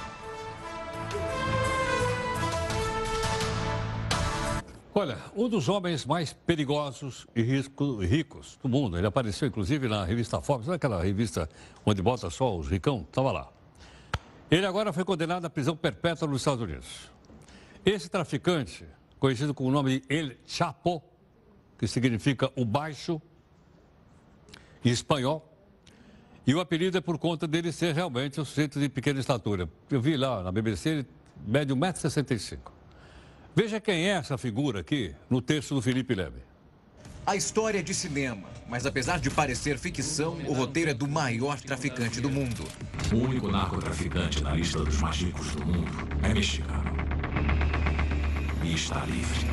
Olha, um dos homens mais perigosos e ricos do mundo, ele apareceu inclusive na revista Forbes, sabe aquela revista onde bota só os ricão? Estava lá. Ele agora foi condenado à prisão perpétua nos Estados Unidos. Esse traficante, conhecido com o nome de El Chapo, que significa o baixo em espanhol, e o apelido é por conta dele ser realmente um sujeito de pequena estatura. Eu vi lá na B B C, ele mede um metro e sessenta e cinco. Veja quem é essa figura aqui no texto do Felipe Leme. A história é de cinema, mas apesar de parecer ficção, o roteiro é do maior traficante do mundo. O único narcotraficante na lista dos mais ricos do mundo é mexicano. E está livre.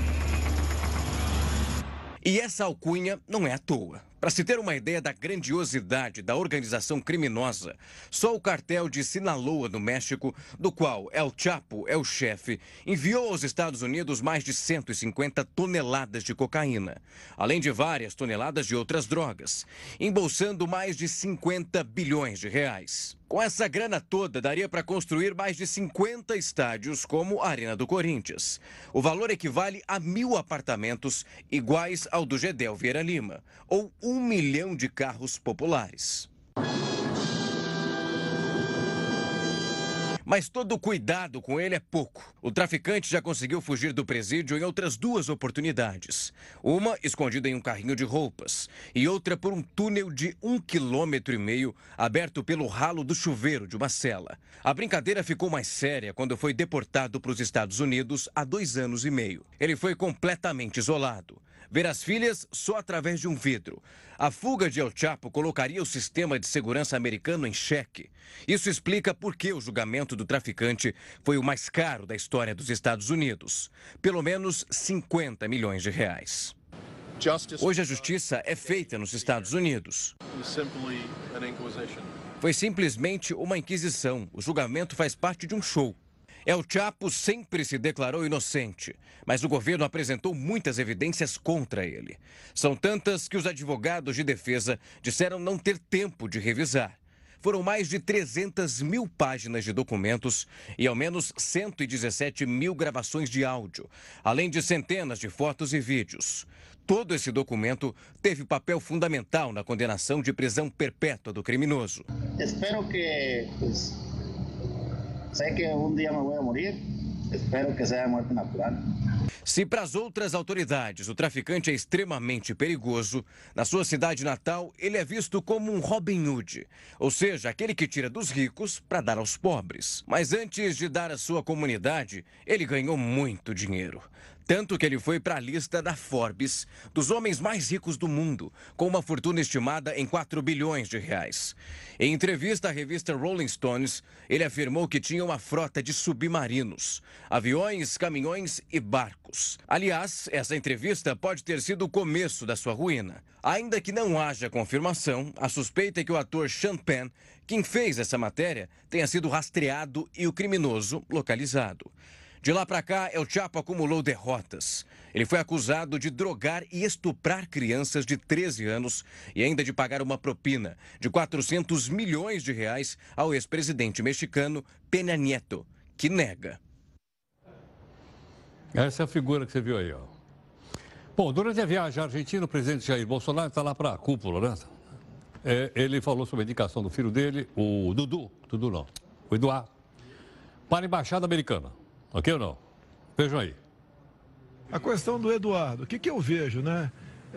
E essa alcunha não é à toa. Para se ter uma ideia da grandiosidade da organização criminosa, só o cartel de Sinaloa, no México, do qual El Chapo é o chefe, enviou aos Estados Unidos mais de cento e cinquenta toneladas de cocaína, além de várias toneladas de outras drogas, embolsando mais de cinquenta bilhões de reais. Com essa grana toda, daria para construir mais de cinquenta estádios, como a Arena do Corinthians. O valor equivale a mil apartamentos iguais ao do Gedel Vieira Lima, ou um milhão de carros populares. Mas todo cuidado com ele é pouco. O traficante já conseguiu fugir do presídio em outras duas oportunidades. Uma escondida em um carrinho de roupas e outra por um túnel de um quilômetro e meio aberto pelo ralo do chuveiro de uma cela. A brincadeira ficou mais séria quando foi deportado para os Estados Unidos há dois anos e meio. Ele foi completamente isolado. Ver as filhas só através de um vidro. A fuga de El Chapo colocaria o sistema de segurança americano em xeque. Isso explica por que o julgamento do traficante foi o mais caro da história dos Estados Unidos. Pelo menos cinquenta milhões de reais. Hoje a justiça é feita nos Estados Unidos. Foi simplesmente uma inquisição. O julgamento faz parte de um show. El Chapo sempre se declarou inocente, mas o governo apresentou muitas evidências contra ele. São tantas que os advogados de defesa disseram não ter tempo de revisar. Foram mais de trezentas mil páginas de documentos e ao menos cento e dezessete mil gravações de áudio, além de centenas de fotos e vídeos. Todo esse documento teve papel fundamental na condenação de prisão perpétua do criminoso. Espero que... Pues... Sei que um dia me vou morrer, espero que seja morte natural. Se para as outras autoridades o traficante é extremamente perigoso, na sua cidade natal ele é visto como um Robin Hood, ou seja, aquele que tira dos ricos para dar aos pobres. Mas antes de dar à sua comunidade, ele ganhou muito dinheiro. Tanto que ele foi para a lista da Forbes dos homens mais ricos do mundo, com uma fortuna estimada em quatro bilhões de reais. Em entrevista à revista Rolling Stones, ele afirmou que tinha uma frota de submarinos, aviões, caminhões e barcos. Aliás, essa entrevista pode ter sido o começo da sua ruína. Ainda que não haja confirmação, a suspeita é que o ator Sean Penn, quem fez essa matéria, tenha sido rastreado e o criminoso localizado. De lá para cá, El Chapo acumulou derrotas. Ele foi acusado de drogar e estuprar crianças de treze anos e ainda de pagar uma propina de quatrocentos milhões de reais ao ex-presidente mexicano Peña Nieto, que nega. Essa é a figura que você viu aí, ó. Bom, durante a viagem à Argentina, o presidente Jair Bolsonaro está lá para a cúpula, né? É, ele falou sobre a indicação do filho dele, o Dudu, Dudu não, o Eduardo, para a embaixada americana. Ok ou não? Vejam aí. A questão do Eduardo, o que, que eu vejo, né?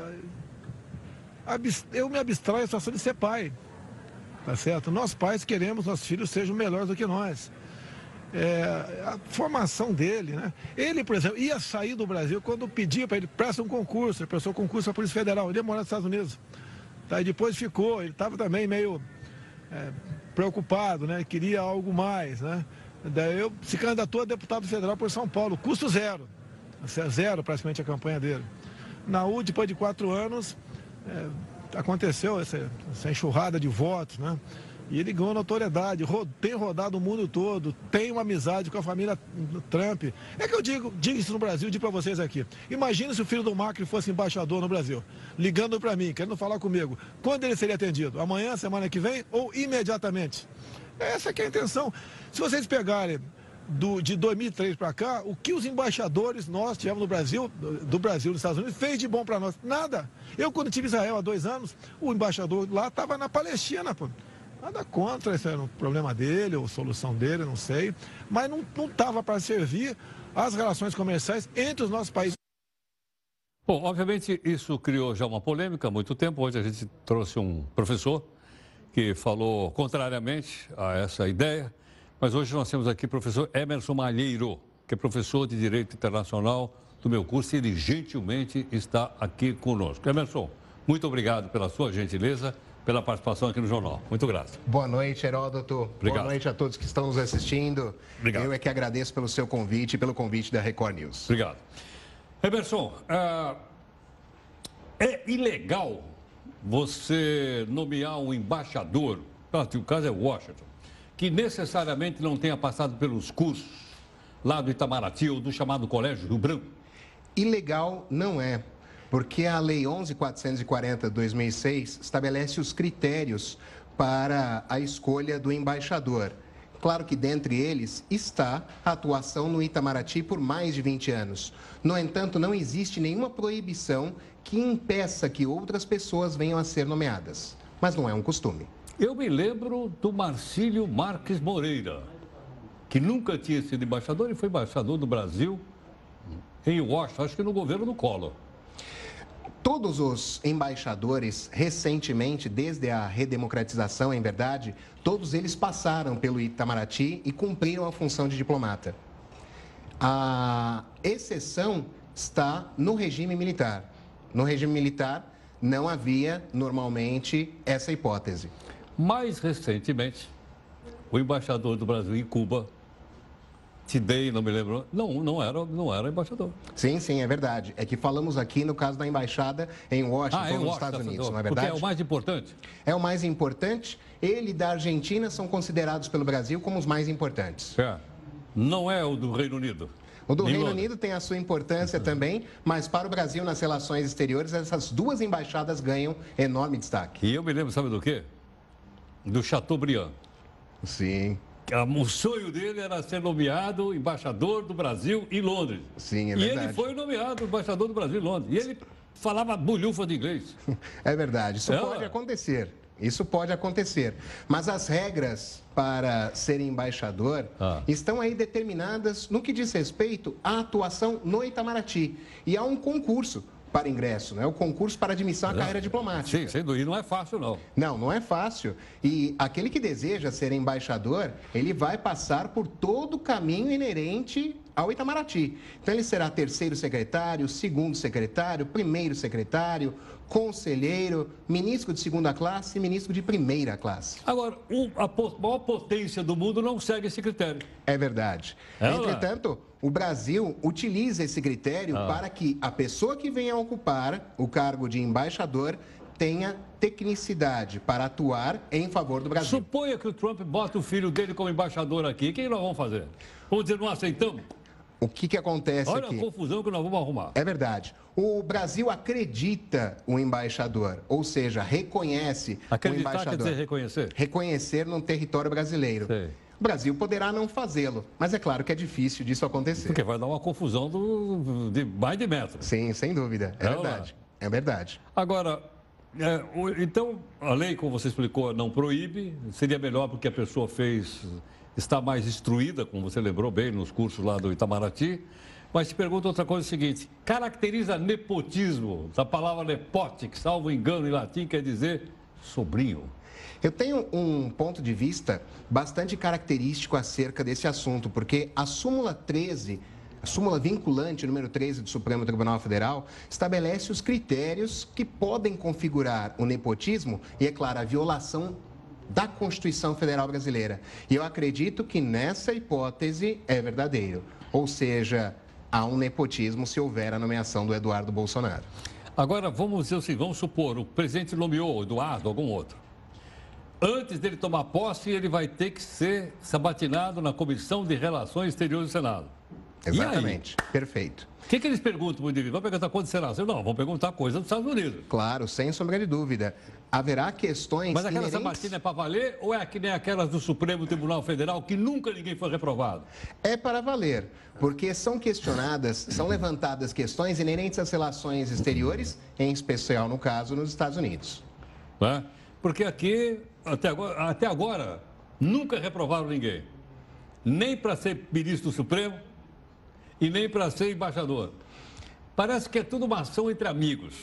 Eu me abstraio da situação de ser pai, tá certo? Nós pais queremos que nossos filhos sejam melhores do que nós. É, a formação dele, né? Ele, por exemplo, ia sair do Brasil quando pedia para ele, presta um concurso, ele prestou concurso para a Polícia Federal, ele ia morar nos Estados Unidos. Tá? E depois ficou, ele estava também meio é, preocupado, né? Queria algo mais, né? Daí eu se candidatou a deputado federal por São Paulo, custo zero, zero praticamente a campanha dele. Na U, depois de quatro anos, é, aconteceu essa, essa enxurrada de votos, né? E ele ganhou notoriedade, tem rodado o mundo todo, tem uma amizade com a família Trump. É que eu digo, digo isso no Brasil, digo para vocês aqui. Imagina se o filho do Macri fosse embaixador no Brasil, ligando para mim, querendo falar comigo. Quando ele seria atendido? Amanhã, semana que vem ou imediatamente? Essa que é a intenção. Se vocês pegarem do, de dois mil e três para cá, o que os embaixadores nós tivemos no Brasil, do Brasil, dos Estados Unidos, fez de bom para nós? Nada. Eu, quando estive em Israel há dois anos, o embaixador lá estava na Palestina, pô. Nada contra, esse era um problema dele, ou solução dele, não sei. Mas não estava para servir as relações comerciais entre os nossos países. Bom, obviamente isso criou já uma polêmica há muito tempo. Hoje a gente trouxe um professor que falou contrariamente a essa ideia. Mas hoje nós temos aqui o professor Emerson Malheiro, que é professor de Direito Internacional do meu curso, e ele gentilmente está aqui conosco. Emerson, muito obrigado pela sua gentileza, pela participação aqui no Jornal. Muito grato. Boa noite, Heródoto. Obrigado. Boa noite a todos que estão nos assistindo. Obrigado. Eu é que agradeço pelo seu convite e pelo convite da Record News. Obrigado. Emerson, uh, é ilegal você nomear um embaixador, o caso é Washington, que necessariamente não tenha passado pelos cursos lá do Itamaraty ou do chamado Colégio Rio Branco? Ilegal não é, porque a Lei onze mil quatrocentos e quarenta de dois mil e seis estabelece os critérios para a escolha do embaixador. Claro que dentre eles está a atuação no Itamaraty por mais de vinte anos. No entanto, não existe nenhuma proibição que impeça que outras pessoas venham a ser nomeadas. Mas não é um costume. Eu me lembro do Marcílio Marques Moreira. que nunca tinha sido embaixador e foi embaixador do Brasil em Washington, acho que no governo do Collor. Todos os embaixadores, recentemente, desde a redemocratização, em verdade, todos eles passaram pelo Itamaraty e cumpriram a função de diplomata. A exceção está no regime militar. No regime militar, não havia, normalmente, essa hipótese. Mais recentemente, o embaixador do Brasil em Cuba, Tidei, não me lembro, não, não era, não era embaixador. Sim, sim, é verdade. É que falamos aqui no caso da embaixada em Washington, ah, em nos Washington, Estados Unidos, não é porque verdade? é o mais importante? É o mais importante. Ele da Argentina são considerados pelo Brasil como os mais importantes. É. Não é o do Reino Unido? O do Nem Reino Londres. Unido tem a sua importância também, mas para o Brasil, nas relações exteriores, essas duas embaixadas ganham enorme destaque. E eu me lembro, sabe do quê? Do Chateaubriand. Sim. O sonho dele era ser nomeado embaixador do Brasil em Londres. Sim, é e verdade. ele foi nomeado embaixador do Brasil em Londres. E ele falava bulhufa de inglês. É verdade, isso É, pode ué. acontecer. Isso pode acontecer. Mas as regras para ser embaixador Ah. estão aí determinadas no que diz respeito à atuação no Itamaraty. E há um concurso para ingresso, né? O concurso para admissão à carreira diplomática. Sim, sem dúvida. E não é fácil, não. Não, não é fácil. E aquele que deseja ser embaixador, ele vai passar por todo o caminho inerente ao Itamaraty. Então, ele será terceiro secretário, segundo secretário, primeiro secretário, conselheiro, ministro de segunda classe e ministro de primeira classe. Agora, o- a po- maior potência do mundo não segue esse critério. É verdade. É, ué. Entretanto, o Brasil utiliza esse critério Ah. para que a pessoa que venha a ocupar o cargo de embaixador tenha tecnicidade para atuar em favor do Brasil. Suponha que o Trump bota o filho dele como embaixador aqui. O que nós vamos fazer? Vamos dizer, não aceitamos? O que, que acontece Olha aqui? a confusão que nós vamos arrumar. É verdade. O Brasil acredita o embaixador, ou seja, reconhece o Acreditar embaixador. quer dizer reconhecer? Reconhecer no território brasileiro. Sei. O Brasil poderá não fazê-lo, mas é claro que é difícil disso acontecer. Porque vai dar uma confusão do, de mais de metros. Sim, sem dúvida. É É, verdade. É verdade. Agora, é, o- então, a lei, como você explicou, não proíbe. Seria melhor porque a pessoa fez, está mais instruída, como você lembrou bem, nos cursos lá do Itamaraty. Mas te pergunto outra coisa, é o seguinte, caracteriza nepotismo, a palavra nepote, que salvo engano em latim quer dizer sobrinho. Eu tenho um ponto de vista bastante característico acerca desse assunto, porque a súmula treze, a súmula vinculante número treze do Supremo Tribunal Federal, estabelece os critérios que podem configurar o nepotismo e, é claro, a violação da Constituição Federal Brasileira. E eu acredito que nessa hipótese é verdadeiro. Ou seja, há um nepotismo se houver a nomeação do Eduardo Bolsonaro. Agora, vamos dizer assim, vamos supor, o presidente nomeou o Eduardo, algum outro. Antes dele tomar posse, ele vai ter que ser sabatinado na Comissão de Relações Exteriores do Senado. Exatamente. Perfeito. O que, que eles perguntam para o indivíduo? Vão perguntar quanto será? Eu, não, vão perguntar coisa dos Estados Unidos. Claro, sem sombra de dúvida. Haverá questões Mas aquela inerentes... sabatina é para valer ou é que nem aquelas do Supremo Tribunal Federal que nunca ninguém foi reprovado? É para valer, porque são questionadas, são levantadas questões inerentes às relações exteriores, em especial, no caso, nos Estados Unidos. Né? Porque aqui, até agora, até agora, nunca reprovaram ninguém. Nem para ser ministro do Supremo e nem para ser embaixador. Parece que é tudo uma ação entre amigos.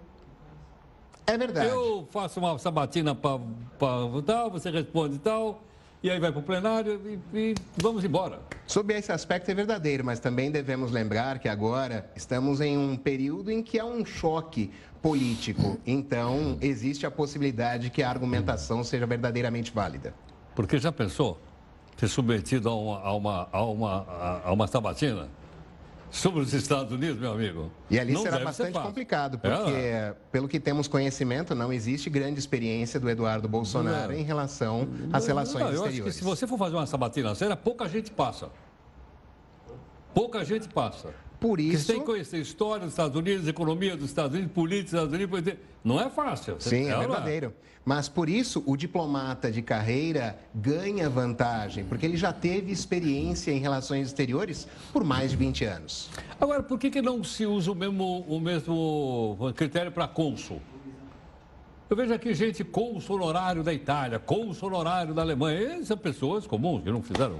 É verdade. Eu faço uma sabatina para tal, você responde tal, e aí vai para o plenário e, e vamos embora. Sob esse aspecto é verdadeiro, mas também devemos lembrar que agora estamos em um período em que há um choque político. Então, existe a possibilidade que a argumentação seja verdadeiramente válida. Porque já pensou ser submetido a uma, a uma, a uma, a- a uma sabatina sobre os Estados Unidos, meu amigo? E ali Não será deve ser bastante fácil. complicado, porque, É. pelo que temos conhecimento, não existe grande experiência do Eduardo Bolsonaro Não. em relação às relações Não, eu acho que exteriores. se você for fazer uma sabatina séria, pouca gente passa. Pouca gente passa. Por Porque isso... você tem que conhecer a história dos Estados Unidos, economia dos Estados Unidos, política dos Estados Unidos. política- Não é fácil. Sim, é lá. verdadeiro. Mas por isso o diplomata de carreira ganha vantagem, porque ele já teve experiência em relações exteriores por mais de vinte anos. Agora, por que, que não se usa o mesmo, o mesmo critério para cônsul? Eu vejo aqui gente cônsul honorário da Itália, cônsul honorário da Alemanha. Essas são pessoas comuns que não fizeram. É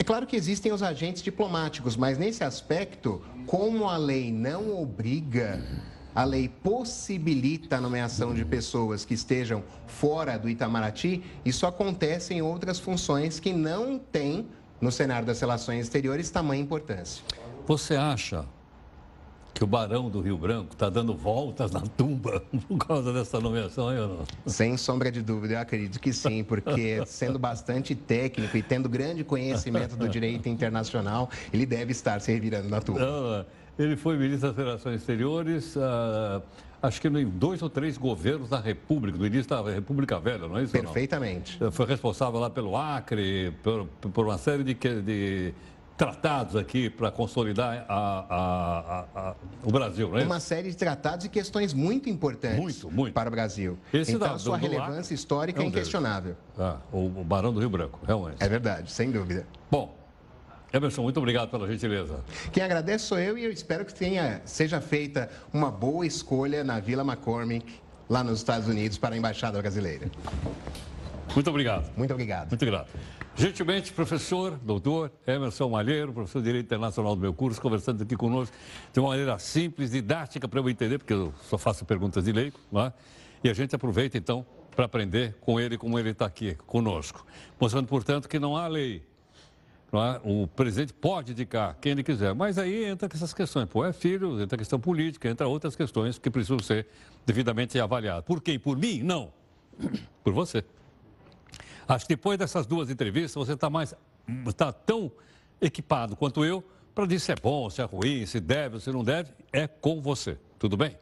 claro que existem os agentes diplomáticos, mas nesse aspecto, como a lei não obriga, a lei possibilita a nomeação de pessoas que estejam fora do Itamaraty, isso acontece em outras funções que não têm, no cenário das relações exteriores, tamanha importância. Você acha que o Barão do Rio Branco está dando voltas na tumba por causa dessa nomeação aí ou não? Sem sombra de dúvida, eu acredito que sim, porque sendo bastante técnico e tendo grande conhecimento do direito internacional, ele deve estar se revirando na tumba. Não, ele foi ministro das Relações Exteriores, ah, acho que em dois ou três governos da República, no início da República Velha, não é isso? Perfeitamente. Não? Foi responsável lá pelo Acre, por, por uma série de... de tratados aqui para consolidar a, a, a, a, o Brasil, não é? Uma série de tratados e questões muito importantes muito, muito. para o Brasil. Esse então, da, sua do, do relevância histórica é, um é inquestionável. Ah, o, o Barão do Rio Branco, realmente. É verdade, sem dúvida. Bom, Emerson, muito obrigado pela gentileza. Quem agradece sou eu e eu espero que tenha, seja feita uma boa escolha na Vila McCormick, lá nos Estados Unidos, para a Embaixada Brasileira. Muito obrigado. Muito obrigado. Muito grato. Gentilmente, professor, doutor Emerson Malheiro, professor de Direito Internacional do meu curso, conversando aqui conosco de uma maneira simples, didática, para eu entender, porque eu só faço perguntas de leigo, não é? E a gente aproveita, então, para aprender com ele, como ele está aqui conosco. Mostrando, portanto, que não há lei. Não é? O presidente pode indicar quem ele quiser, mas aí entra essas questões. Pô, é filho, entra a questão política, entra outras questões que precisam ser devidamente avaliadas. Por quem? Por mim? Não. Por você. Acho que depois dessas duas entrevistas, você está mais, está tão equipado quanto eu para dizer se é bom, se é ruim, se deve, se não deve, é com você. Tudo bem?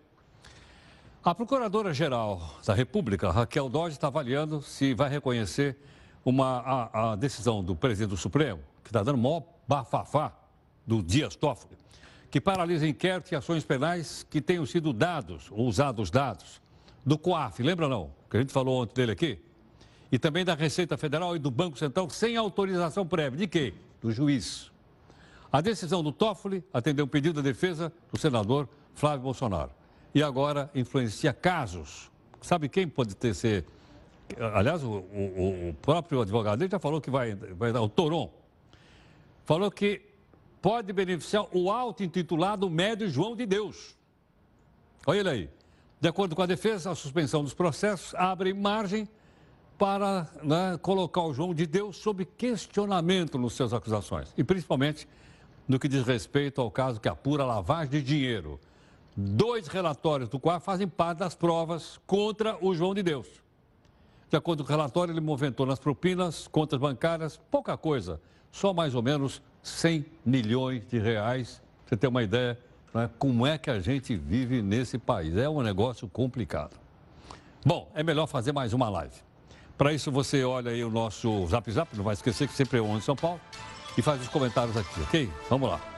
A Procuradora-Geral da República, Raquel Dodge, está avaliando se vai reconhecer uma, a, a decisão do presidente do Supremo, que está dando maior bafafá, do Dias Toffoli, que paralisa inquéritos e ações penais que tenham sido dados, ou usados dados, do COAF, lembra não? Que a gente falou ontem dele aqui? E também da Receita Federal e do Banco Central, sem autorização prévia. De quem? Do juiz. A decisão do Toffoli atendeu um pedido da defesa do senador Flávio Bolsonaro. E agora influencia casos. Sabe quem pode ter ser... Aliás, o, o, o próprio advogado dele já falou que vai, vai dar o Toron. Falou que pode beneficiar o auto-intitulado médio João de Deus. Olha ele aí. De acordo com a defesa, a suspensão dos processos abre margem para né, colocar o João de Deus sob questionamento nas suas acusações. E principalmente no que diz respeito ao caso que apura a lavagem de dinheiro. Dois relatórios do qual fazem parte das provas contra o João de Deus. De acordo com o relatório, ele movimentou nas propinas, contas bancárias, pouca coisa. Só mais ou menos cem milhões de reais. Pra você ter uma ideia, né, como é que a gente vive nesse país. É um negócio complicado. Bom, é melhor fazer mais uma live. Para isso, você olha aí o nosso Zap Zap, não vai esquecer que sempre é o onze São Paulo, e faz os comentários aqui, ok? Vamos lá.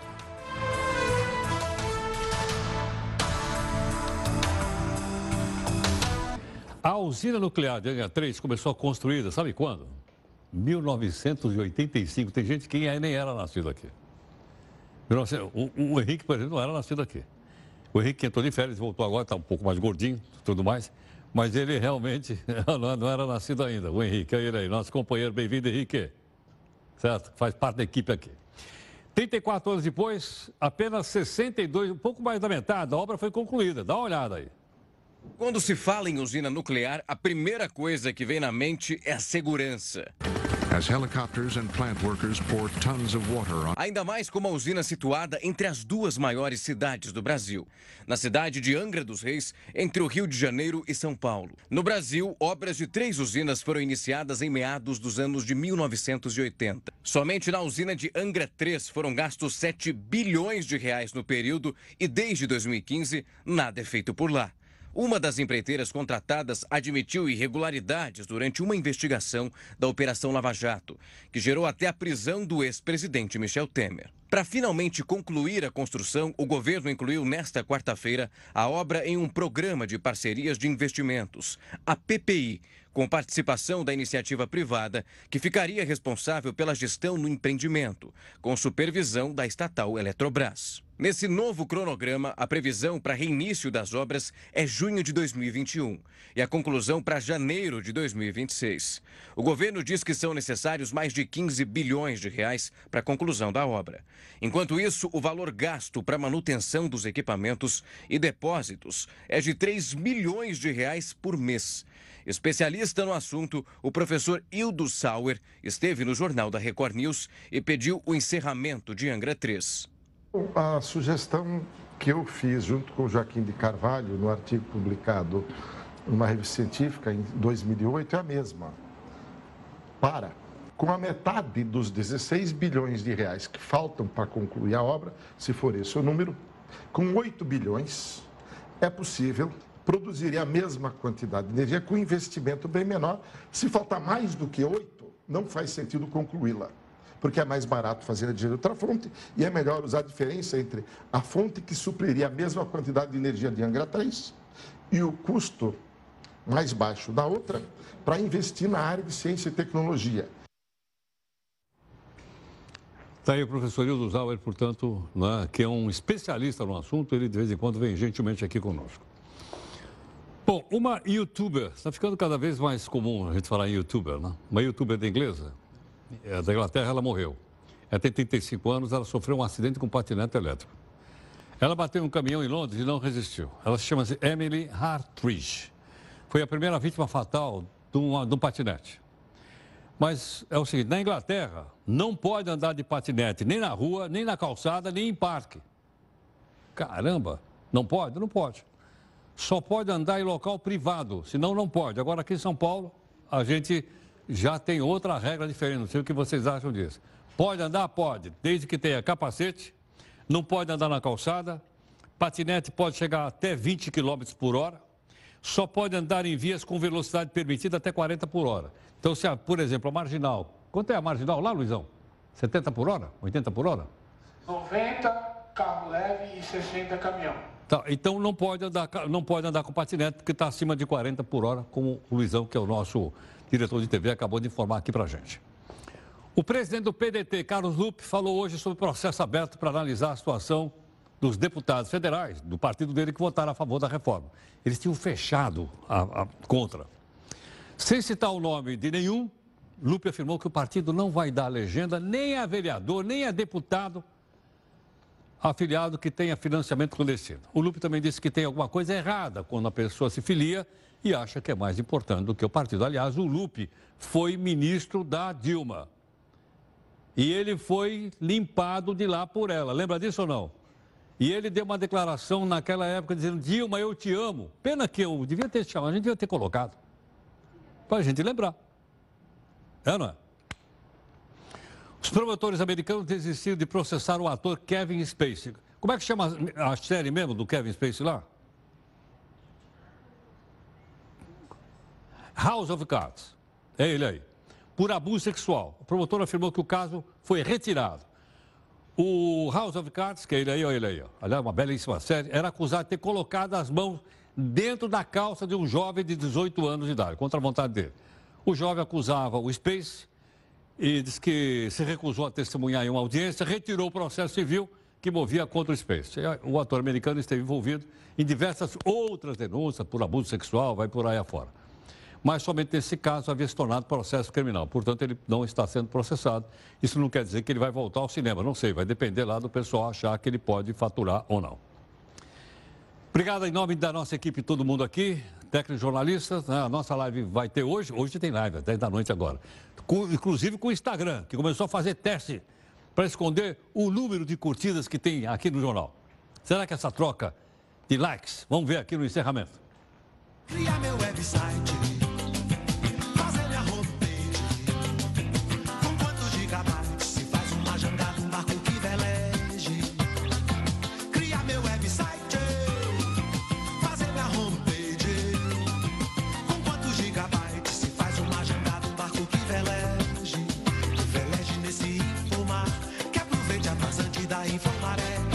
A usina nuclear de Angra três começou a construída, sabe quando? mil novecentos e oitenta e cinco. Tem gente que nem era nascido aqui. O, o Henrique, por exemplo, não era nascido aqui. O Henrique entrou de férias, voltou agora, está um pouco mais gordinho, tudo mais. Mas ele realmente não era nascido ainda, o Henrique. Olha ele aí, nosso companheiro. Bem-vindo, Henrique. Certo? Faz parte da equipe aqui. trinta e quatro anos depois, apenas sessenta e dois, um pouco mais da metade da obra foi concluída. Dá uma olhada aí. Quando se fala em usina nuclear, a primeira coisa que vem na mente é a segurança. As helicopters and plant workers pour tons of water on... Ainda mais com uma usina situada entre as duas maiores cidades do Brasil. Na cidade de Angra dos Reis, entre o Rio de Janeiro e São Paulo. No Brasil, obras de três usinas foram iniciadas em meados dos anos de mil novecentos e oitenta. Somente na usina de Angra três foram gastos sete bilhões de reais no período e desde dois mil e quinze, nada é feito por lá. Uma das empreiteiras contratadas admitiu irregularidades durante uma investigação da Operação Lava Jato, que gerou até a prisão do ex-presidente Michel Temer. Para finalmente concluir a construção, o governo incluiu nesta quarta-feira a obra em um programa de parcerias de investimentos, a P P I, com participação da iniciativa privada, que ficaria responsável pela gestão no empreendimento, com supervisão da estatal Eletrobras. Nesse novo cronograma, a previsão para reinício das obras é junho de dois mil e vinte e um e a conclusão para janeiro de dois mil e vinte e seis. O governo diz que são necessários mais de quinze bilhões de reais para a conclusão da obra. Enquanto isso, o valor gasto para manutenção dos equipamentos e depósitos é de três milhões de reais por mês. Especialista no assunto, o professor Hildo Sauer esteve no Jornal da Record News e pediu o encerramento de Angra três. A sugestão que eu fiz junto com o Joaquim de Carvalho no artigo publicado numa revista científica em dois mil e oito é a mesma. Para, com a metade dos dezesseis bilhões de reais que faltam para concluir a obra, se for esse o número, com oito bilhões é possível produzir a mesma quantidade de energia com investimento bem menor. Se faltar mais do que oito, não faz sentido concluí-la, porque é mais barato fazer energia de outra fonte e é melhor usar a diferença entre a fonte que supriria a mesma quantidade de energia de Angra três e o custo mais baixo da outra para investir na área de ciência e tecnologia. Está aí o professor Hildo Sauer, portanto, né, que é um especialista no assunto, ele de vez em quando vem gentilmente aqui conosco. Bom, uma youtuber, está ficando cada vez mais comum a gente falar em youtuber, né? Uma youtuber da inglesa, é da Inglaterra, ela morreu. Ela tem trinta e cinco anos, ela sofreu um acidente com um patinete elétrico. Ela bateu em um caminhão em Londres e não resistiu. Ela se chama Emily Hartridge. Foi a primeira vítima fatal de um, de um patinete. Mas é o seguinte, na Inglaterra, não pode andar de patinete nem na rua, nem na calçada, nem em parque. Caramba, não pode? Não pode. Só pode andar em local privado, senão não pode. Agora, aqui em São Paulo, a gente já tem outra regra diferente. Não sei o que vocês acham disso. Pode andar? Pode, desde que tenha capacete, não pode andar na calçada, patinete pode chegar até vinte quilômetros por hora, só pode andar em vias com velocidade permitida até quarenta por hora. Então, se, por exemplo, a marginal, quanto é a marginal lá, Luizão? setenta por hora? oitenta por hora? noventa carro leve e sessenta caminhão. Tá, então não pode andar, não pode andar com patinete porque está acima de quarenta por hora, como o Luizão, que é o nosso diretor de T V, acabou de informar aqui para a gente. O presidente do P D T, Carlos Lupe, falou hoje sobre o processo aberto para analisar a situação dos deputados federais, do partido dele, que votaram a favor da reforma. Eles tinham fechado a, a contra. Sem citar o nome de nenhum, Lupe afirmou que o partido não vai dar legenda nem a vereador, nem a deputado afiliado que tenha financiamento clandestino. O Lupe também disse que tem alguma coisa errada quando a pessoa se filia e acha que é mais importante do que o partido. Aliás, o Lupe foi ministro da Dilma. E ele foi limpado de lá por ela. Lembra disso ou não? E ele deu uma declaração naquela época dizendo: Dilma, eu te amo. Pena que eu devia ter chamado, a gente devia ter colocado. Para a gente lembrar. É, não é? Os promotores americanos desistiram de processar o ator Kevin Spacey. Como é que chama a série mesmo do Kevin Spacey lá? House of Cards. É ele aí. Por abuso sexual. O promotor afirmou que o caso foi retirado. O House of Cards, que é ele aí, olha ele aí, ó. Aliás, uma belíssima série, era acusado de ter colocado as mãos dentro da calça de um jovem de dezoito anos de idade, contra a vontade dele. O jovem acusava o Spacey e disse que se recusou a testemunhar em uma audiência, retirou o processo civil que movia contra o Spacey. O ator americano esteve envolvido em diversas outras denúncias por abuso sexual, vai por aí afora. Mas somente nesse caso havia se tornado processo criminal. Portanto, ele não está sendo processado. Isso não quer dizer que ele vai voltar ao cinema. Não sei, vai depender lá do pessoal achar que ele pode faturar ou não. Obrigado em nome da nossa equipe, todo mundo aqui, técnicos jornalistas. A nossa live vai ter hoje. Hoje tem live, às dez da noite agora. Com, inclusive com o Instagram, que começou a fazer teste para esconder o número de curtidas que tem aqui no jornal. Será que essa troca de likes? Vamos ver aqui no encerramento. Cria meu website, fazer minha homepage. Com quantos gigabytes se faz uma jangada, um barco que veleje. Cria meu website, fazer minha homepage. Com quantos gigabytes se faz uma jangada, um barco que veleje. Que veleje nesse infomar, que aproveite a vazante da Infomaré.